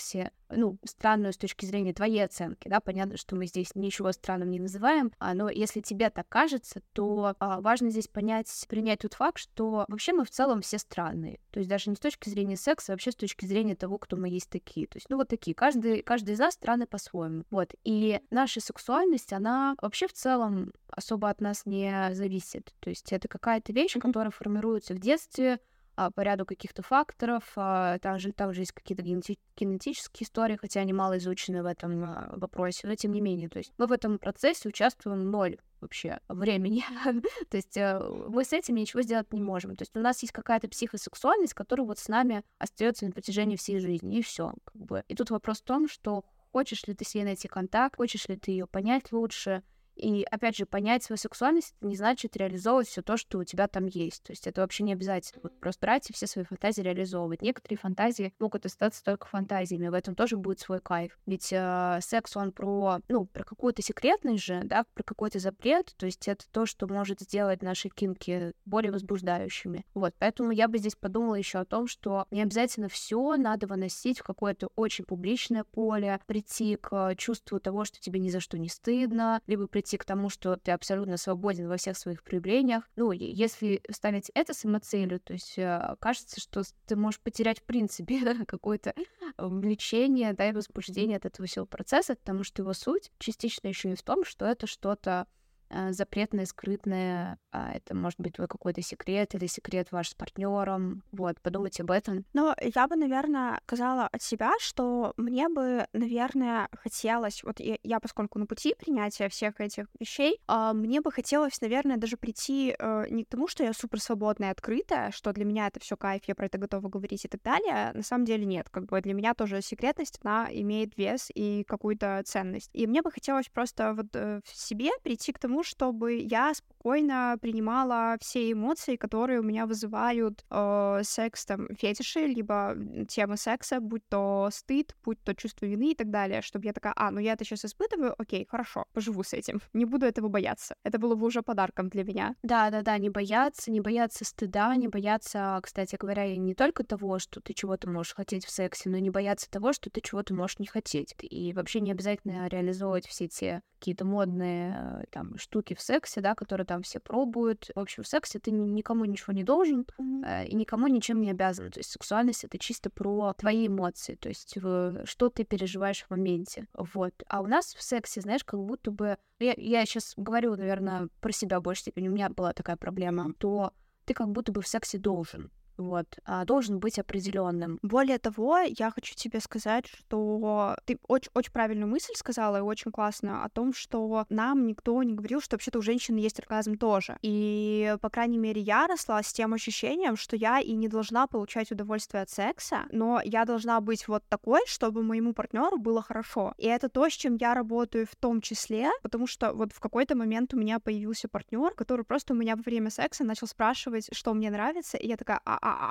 странную с точки зрения твоей оценки, да, понятно, что мы здесь ничего странным не называем, но если тебе так кажется, то важно здесь принять тот факт, что вообще мы в целом все странные, то есть даже не с точки зрения секса, а вообще с точки зрения того, кто мы есть такие, то есть, вот такие, каждый из нас странный по-своему, вот, и наша сексуальность, она вообще в целом особо от нас не зависит, то есть это какая-то вещь, которая формируется в детстве, по ряду каких-то факторов, там же есть какие-то генетические истории, хотя они мало изучены в этом вопросе, но тем не менее, то есть мы в этом процессе участвуем 0 вообще времени, то есть мы с этим ничего сделать не можем, то есть у нас есть какая-то психосексуальность, которая вот с нами остается на протяжении всей жизни, и все, как бы. И тут вопрос в том, что хочешь ли ты с ней найти контакт, хочешь ли ты ее понять лучше. И, опять же, понять свою сексуальность не значит реализовывать все то, что у тебя там есть. То есть это вообще не обязательно. Вот просто брать и все свои фантазии реализовывать. Некоторые фантазии могут остаться только фантазиями. В этом тоже будет свой кайф. Ведь секс, он про какую-то секретность же, да, про какой-то запрет. То есть это то, что может сделать наши кинки более возбуждающими. Вот. Поэтому я бы здесь подумала еще о том, что не обязательно все надо выносить в какое-то очень публичное поле, прийти к чувству того, что тебе ни за что не стыдно, либо прийти к тому, что ты абсолютно свободен во всех своих проявлениях. Если ставить это самоцелью, то есть кажется, что ты можешь потерять в принципе какое-то влечение, да, и возбуждение от этого всего процесса, потому что его суть частично еще и в том, что это что-то запретное, скрытное, это может быть твой какой-то секрет или секрет ваш с партнером. Вот, подумайте об этом. Но я бы, наверное, сказала от себя, что мне бы, наверное, хотелось, вот я поскольку на пути принятия всех этих вещей, мне бы хотелось, наверное, даже прийти не к тому, что я супер свободная и открытая, что для меня это все кайф, я про это готова говорить и так далее. На самом деле нет, как бы для меня тоже секретность, она имеет вес и какую-то ценность. И мне бы хотелось просто вот в себе прийти к тому, чтобы я спокойно принимала все эмоции, которые у меня вызывают секс, там, фетиши, либо тема секса, будь то стыд, будь то чувство вины и так далее, чтобы я такая, я это сейчас испытываю, окей, хорошо, поживу с этим, не буду этого бояться. Это было бы уже подарком для меня. Да, не бояться стыда, не бояться, кстати говоря, и не только того, что ты чего-то можешь хотеть в сексе, но и не бояться того, что ты чего-то можешь не хотеть. И вообще не обязательно реализовывать все те какие-то модные там штуки в сексе, да, которые там все пробуют. В общем, в сексе ты никому ничего не должен и никому ничем не обязан. То есть сексуальность — это чисто про твои эмоции, то есть что ты переживаешь в моменте. Вот. А у нас в сексе, знаешь, как будто бы... Я сейчас говорю, наверное, про себя в большей степени. У меня была такая проблема. То ты как будто бы в сексе должен. Вот, должен быть определенным. Более того, я хочу тебе сказать, что ты очень правильную мысль сказала, и очень классно о том, что нам никто не говорил, что вообще-то у женщин есть оргазм тоже. И, по крайней мере, я росла с тем ощущением, что я и не должна получать удовольствие от секса, но я должна быть вот такой, чтобы моему партнеру было хорошо. И это то, с чем я работаю в том числе, потому что вот в какой-то момент у меня появился партнер, который просто у меня во время секса начал спрашивать, что мне нравится, и я такая,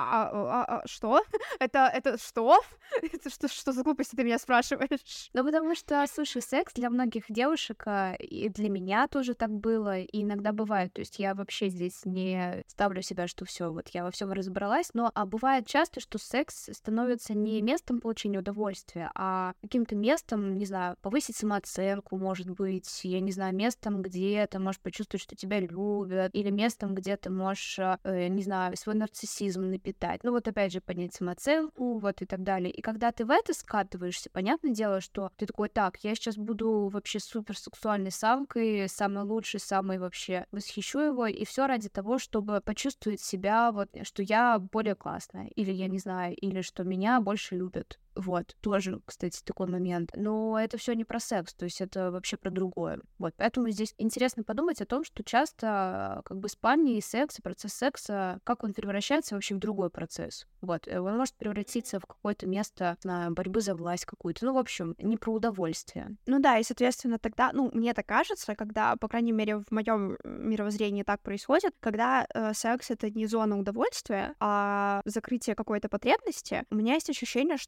что? Это что? Это что за глупости ты меня спрашиваешь? Ну, потому что, слушай, секс для многих девушек, и для меня тоже так было, и иногда бывает. То есть я вообще здесь не ставлю себя, что все, вот я во всем разобралась, но бывает часто, что секс становится не местом получения удовольствия, а каким-то местом, не знаю, повысить самооценку, может быть, я не знаю, местом, где ты можешь почувствовать, что тебя любят, или местом, где ты можешь, не знаю, свой нарциссизм напитать. Ну вот опять же поднять самооценку, вот и так далее. И когда ты в это скатываешься, понятное дело, что ты такой, так, я сейчас буду вообще супер сексуальной самкой, самой лучшей, самой вообще восхищу его, и все ради того, чтобы почувствовать себя, вот, что я более классная, или я не знаю, или что меня больше любят. Вот, тоже, кстати, такой момент. Но это все не про секс, то есть это вообще про другое. Вот, поэтому здесь интересно подумать о том, что часто как бы спальня и секс, и процесс секса, как он превращается вообще в другой процесс. Вот, он может превратиться в какое-то место на борьбы за власть какую-то. Ну, в общем, не про удовольствие. Ну да, и, соответственно, тогда, мне так кажется, когда, по крайней мере, в моем мировоззрении так происходит, когда секс — это не зона удовольствия, а закрытие какой-то потребности, у меня есть ощущение, что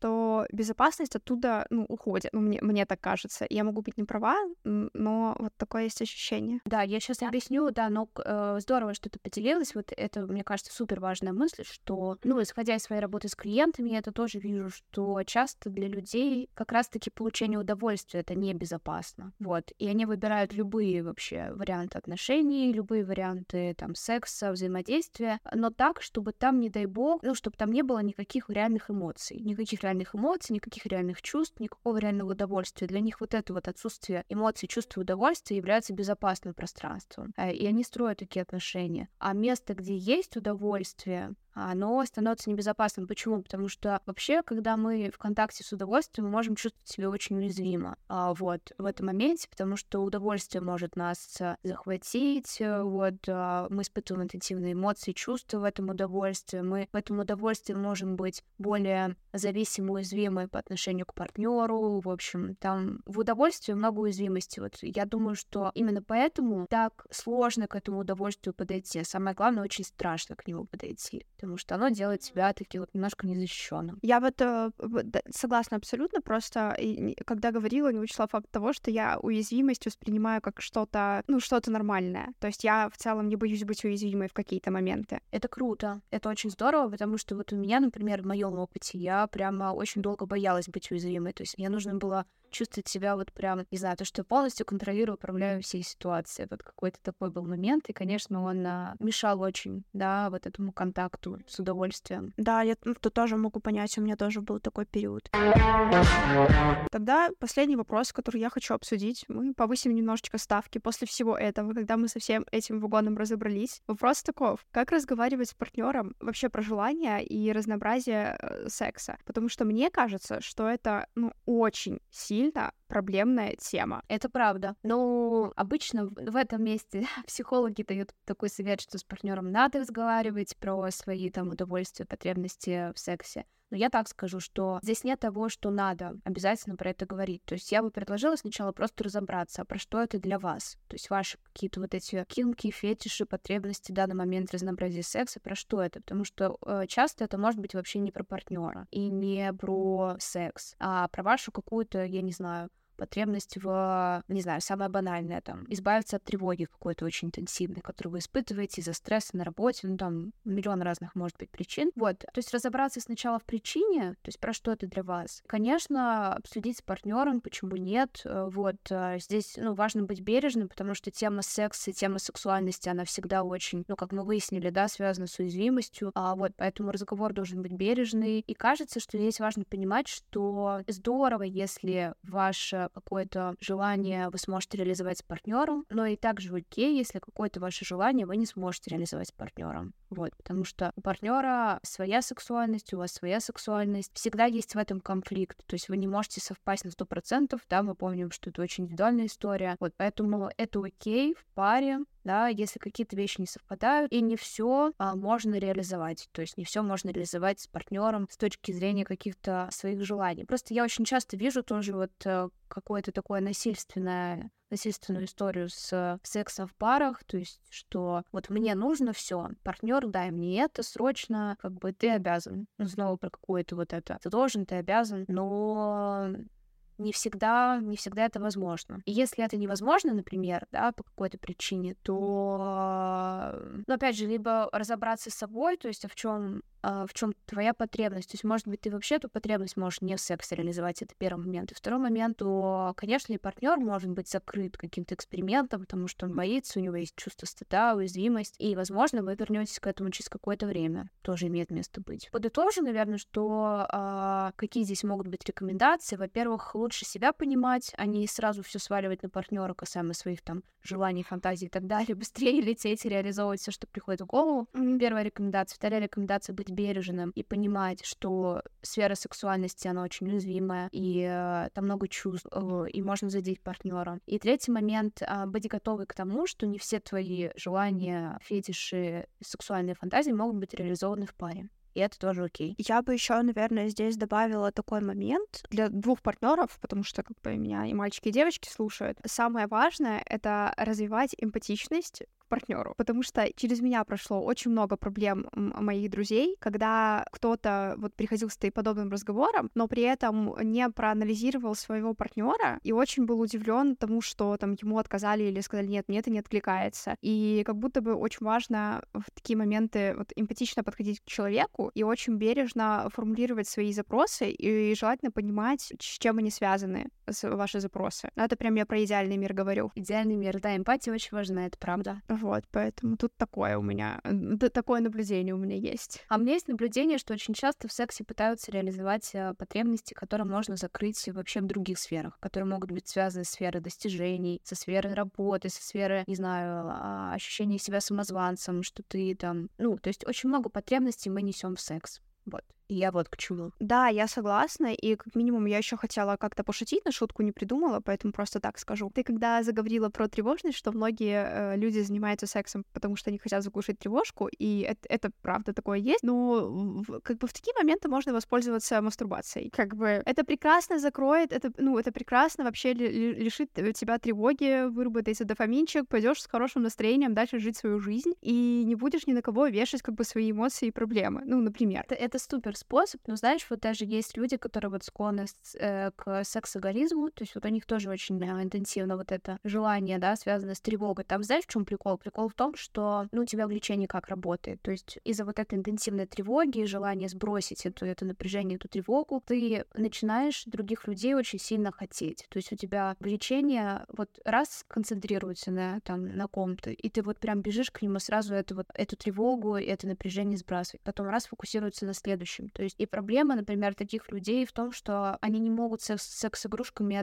что безопасность оттуда, уходит. Мне так кажется. Я могу быть не права, но вот такое есть ощущение. Да, я сейчас объясню, да, но здорово, что ты поделилась. Вот это, мне кажется, супер важная мысль, что, исходя из своей работы с клиентами, я это тоже вижу, что часто для людей как раз-таки получение удовольствия — это небезопасно. Вот. И они выбирают любые вообще варианты отношений, любые варианты там секса, взаимодействия, но так, чтобы там, не дай бог, чтобы там не было никаких реальных эмоций, никаких реальных чувств, никакого реального удовольствия. Для них вот это вот отсутствие эмоций, чувства удовольствия является безопасным пространством. И они строят такие отношения. А место, где есть удовольствие, оно становится небезопасным. Почему? Потому что вообще, когда мы в контакте с удовольствием, мы можем чувствовать себя очень уязвимо вот в этом моменте, потому что удовольствие может нас захватить, мы испытываем интенсивные эмоции, чувства в этом удовольствии, мы в этом удовольствии можем быть более зависимы, уязвимы по отношению к партнеру. В общем, там в удовольствии много уязвимости. Вот я думаю, что именно поэтому так сложно к этому удовольствию подойти. А самое главное, очень страшно к нему подойти, потому что оно делает тебя таким вот немножко незащищенным. Я согласна абсолютно, просто когда говорила, не учла факт того, что я уязвимость воспринимаю как что-то нормальное. То есть я в целом не боюсь быть уязвимой в какие-то моменты. Это круто, это очень здорово, потому что вот у меня, например, в моем опыте, я прямо очень долго боялась быть уязвимой. То есть мне нужно было чувствовать себя вот прям, не знаю, то, что я полностью контролирую, управляю всей ситуацией. Вот какой-то такой был момент, и, конечно, он мешал очень, да, вот этому контакту с удовольствием. Да, я тут тоже могу понять, у меня тоже был такой период. Тогда последний вопрос, который я хочу обсудить. Мы повысим немножечко ставки после всего этого, когда мы со всем этим вагоном разобрались. Вопрос таков: как разговаривать с партнером вообще про желания и разнообразие секса? Потому что мне кажется, что это, очень сильно проблемная тема. Это правда. Но обычно в этом месте психологи дают такой совет, что с партнером надо разговаривать про свои там удовольствия, потребности в сексе. Но я так скажу, что здесь нет того, что надо обязательно про это говорить. То есть я бы предложила сначала просто разобраться, про что это для вас. То есть ваши какие-то вот эти кинки, фетиши, потребности в данный момент, разнообразие секса, про что это? Потому что часто это может быть вообще не про партнера и не про секс, а про вашу какую-то, я не знаю, потребность в, не знаю, самое банальное, там, избавиться от тревоги какой-то очень интенсивной, которую вы испытываете из-за стресса на работе, там, миллион разных, может быть, причин. Вот, то есть разобраться сначала в причине, то есть про что это для вас. Конечно, обсудить с партнером, почему нет. Здесь, важно быть бережным, потому что тема секса, тема сексуальности, она всегда очень, как мы выяснили, да, связана с уязвимостью, поэтому разговор должен быть бережный. И кажется, что здесь важно понимать, что здорово, если ваше какое-то желание вы сможете реализовать с партнером, но и также окей, если какое-то ваше желание вы не сможете реализовать с партнером. Потому что у партнера своя сексуальность, у вас своя сексуальность. Всегда есть в этом конфликт. То есть вы не можете совпасть на 100%, да, мы помним, что это очень индивидуальная история. Поэтому это окей в паре, да, если какие-то вещи не совпадают, и не все можно реализовать. То есть не все можно реализовать с партнером с точки зрения каких-то своих желаний. Просто я очень часто вижу тоже какое-то такое насильственную историю с сексом в парах, то есть, что мне нужно все, партнер, дай мне это срочно, ты обязан. Снова про какое-то это. Ты должен, ты обязан, но не всегда это возможно. И если это невозможно, например, да, по какой-то причине, то, опять же, либо разобраться с собой, то есть, в чем твоя потребность. То есть, может быть, ты вообще эту потребность можешь не в сексе реализовать, это первый момент. И второй момент, то, конечно, и партнер может быть закрыт каким-то экспериментом, потому что он боится, у него есть чувство стыда, уязвимость, и, возможно, вы вернетесь к этому через какое-то время. Тоже имеет место быть. Подытожу, наверное, что какие здесь могут быть рекомендации. Во-первых, лучше себя понимать, а не сразу все сваливать на партнера касаемо своих там желаний, фантазий и так далее. Быстрее лететь и реализовывать все, что приходит в голову. Первая рекомендация. Вторая рекомендация — быть бережным и понимать, что сфера сексуальности, она очень уязвимая, и там много чувств, и можно задеть партнера. И третий момент — быть готовы к тому, что не все твои желания, фетиши, сексуальные фантазии могут быть реализованы в паре. И это тоже окей. Я бы еще, наверное, здесь добавила такой момент для двух партнеров, потому что меня и мальчики, и девочки слушают. Самое важное — это развивать эмпатичность к партнеру, потому что через меня прошло очень много проблем моих друзей, когда кто-то вот приходил с подобным разговором, но при этом не проанализировал своего партнера и очень был удивлен тому, что там ему отказали или сказали, нет, мне это не откликается. И как будто бы очень важно в такие моменты вот эмпатично подходить к человеку и очень бережно формулировать свои запросы и желательно понимать, с чем они связаны, ваши запросы. Но это прям я про идеальный мир говорю. Идеальный мир, да, эмпатия очень важна, это правда. Вот, поэтому тут такое у меня, такое наблюдение у меня есть. А у меня есть наблюдение, что очень часто в сексе пытаются реализовать потребности, которые можно закрыть вообще в других сферах, которые могут быть связаны с сферой достижений, со сферой работы, со сферой, не знаю, ощущения себя самозванцем, что ты там... Ну, то есть очень много потребностей мы несем в секс. Вот. И я вот к чему. Да, я согласна, и как минимум я еще хотела как-то пошутить, но шутку не придумала, поэтому просто так скажу. Ты когда заговорила про тревожность, что многие люди занимаются сексом, потому что они хотят заглушить тревожку, и это правда такое есть, но как бы в такие моменты можно воспользоваться мастурбацией. Как бы это прекрасно закроет, это прекрасно вообще лишит тебя тревоги, выработается дофаминчик, пойдешь с хорошим настроением дальше жить свою жизнь, и не будешь ни на кого вешать как бы свои эмоции и проблемы. Ну, например. Это супер способ, но знаешь, вот даже есть люди, которые вот склонны к сексоголизму, то есть вот у них тоже очень интенсивно вот это желание, да, связано с тревогой. Там знаешь, в чем прикол? Прикол в том, что, ну, у тебя влечение как работает, то есть из-за вот этой интенсивной тревоги, желания сбросить это напряжение, эту тревогу, ты начинаешь других людей очень сильно хотеть, то есть у тебя влечение вот раз концентрируется на ком-то, и ты вот прям бежишь к нему сразу эту тревогу, это напряжение сбрасывать, потом раз фокусируется на следующем. То есть и проблема, например, таких людей в том, что они не могут с секс-игрушками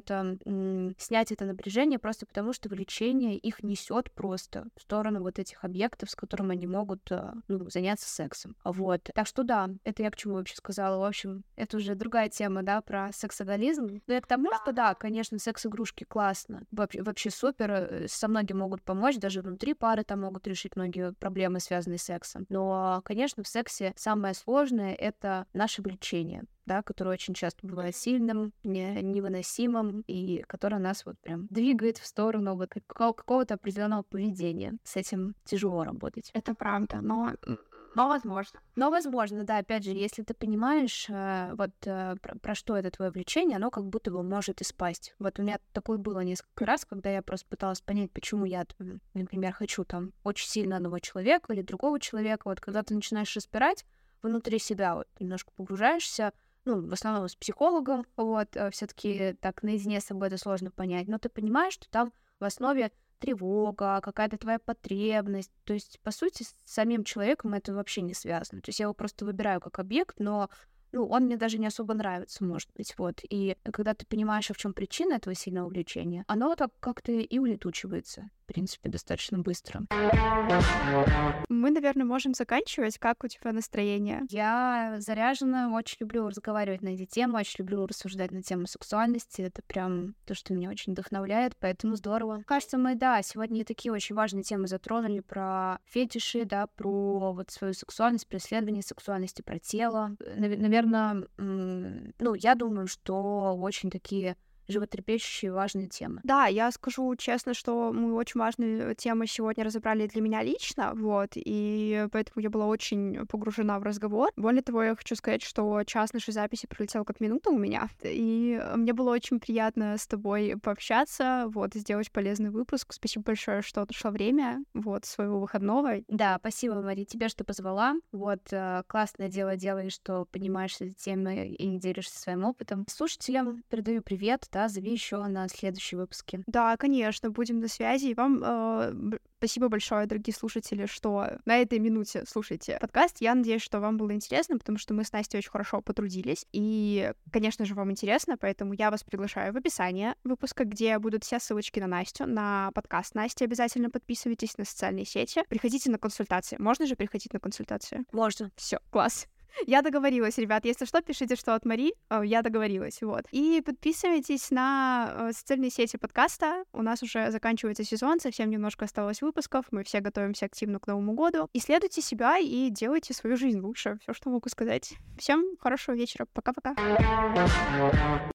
снять это напряжение просто потому, что влечение их несет просто в сторону вот этих объектов, с которыми они могут заняться сексом. Вот. Так что да, это я к чему вообще сказала. В общем, это уже другая тема, да, про сексоголизм. Но я к тому, что да, конечно, секс-игрушки классно. Вообще супер. Со многим могут помочь, даже внутри пары там могут решить многие проблемы, связанные с сексом. Но, конечно, в сексе самое сложное — это наше влечение, да, которое очень часто бывает сильным, невыносимым, и которое нас вот прям двигает в сторону вот какого-то определенного поведения. С этим тяжело работать. Это правда, но возможно. Но возможно, да, опять же, если ты понимаешь, про что это твое влечение, оно как будто бы может и спасть. Вот у меня такое было несколько раз, когда я просто пыталась понять, почему я, например, хочу там очень сильно одного человека или другого человека. Вот когда ты начинаешь разбирать внутри себя, вот немножко погружаешься, ну, в основном с психологом, вот, все-таки так наедине с собой это сложно понять, но ты понимаешь, что там в основе тревога, какая-то твоя потребность. То есть, по сути, с самим человеком это вообще не связано. То есть я его просто выбираю как объект, но он мне даже не особо нравится, может быть, вот. И когда ты понимаешь, в чем причина этого сильного увлечения, оно так как-то и улетучивается, в принципе, достаточно быстро. Мы, наверное, можем заканчивать. Как у тебя настроение? Я заряжена, очень люблю разговаривать на эти темы, очень люблю рассуждать на тему сексуальности. Это прям то, что меня очень вдохновляет, поэтому здорово. Кажется, мы, да, сегодня такие очень важные темы затронули про фетиши, да, про вот свою сексуальность, про исследование сексуальности, про тело. Наверное, я думаю, что очень такие животрепещущие важные темы. Да, я скажу честно, что мы очень важные темы сегодня разобрали для меня лично, вот, и поэтому я была очень погружена в разговор. Более того, я хочу сказать, что час нашей записи пролетел как минута у меня, и мне было очень приятно с тобой пообщаться, вот, сделать полезный выпуск. Спасибо большое, что отошло время, вот, своего выходного. Да, спасибо, Мари, тебе, что позвала. Вот, классное дело делаешь, что понимаешь эти темы и делишься своим опытом. Слушателям передаю привет, да, зови еще на следующие выпуски. Да, конечно, будем на связи. И вам спасибо большое, дорогие слушатели, что на этой минуте слушаете подкаст. Я надеюсь, что вам было интересно, потому что мы с Настей очень хорошо потрудились. И, конечно же, вам интересно, поэтому я вас приглашаю в описание выпуска, где будут все ссылочки на Настю, на подкаст Насти. Обязательно подписывайтесь на социальные сети. Приходите на консультации. Можно же приходить на консультацию? Можно. Все, класс. Я договорилась, ребят. Если что, пишите, что от Мари. Я договорилась, вот. И подписывайтесь на социальные сети подкаста. У нас уже заканчивается сезон, совсем немножко осталось выпусков. Мы все готовимся активно к Новому году. Исследуйте себя и делайте свою жизнь лучше. Все, что могу сказать. Всем хорошего вечера. Пока-пока.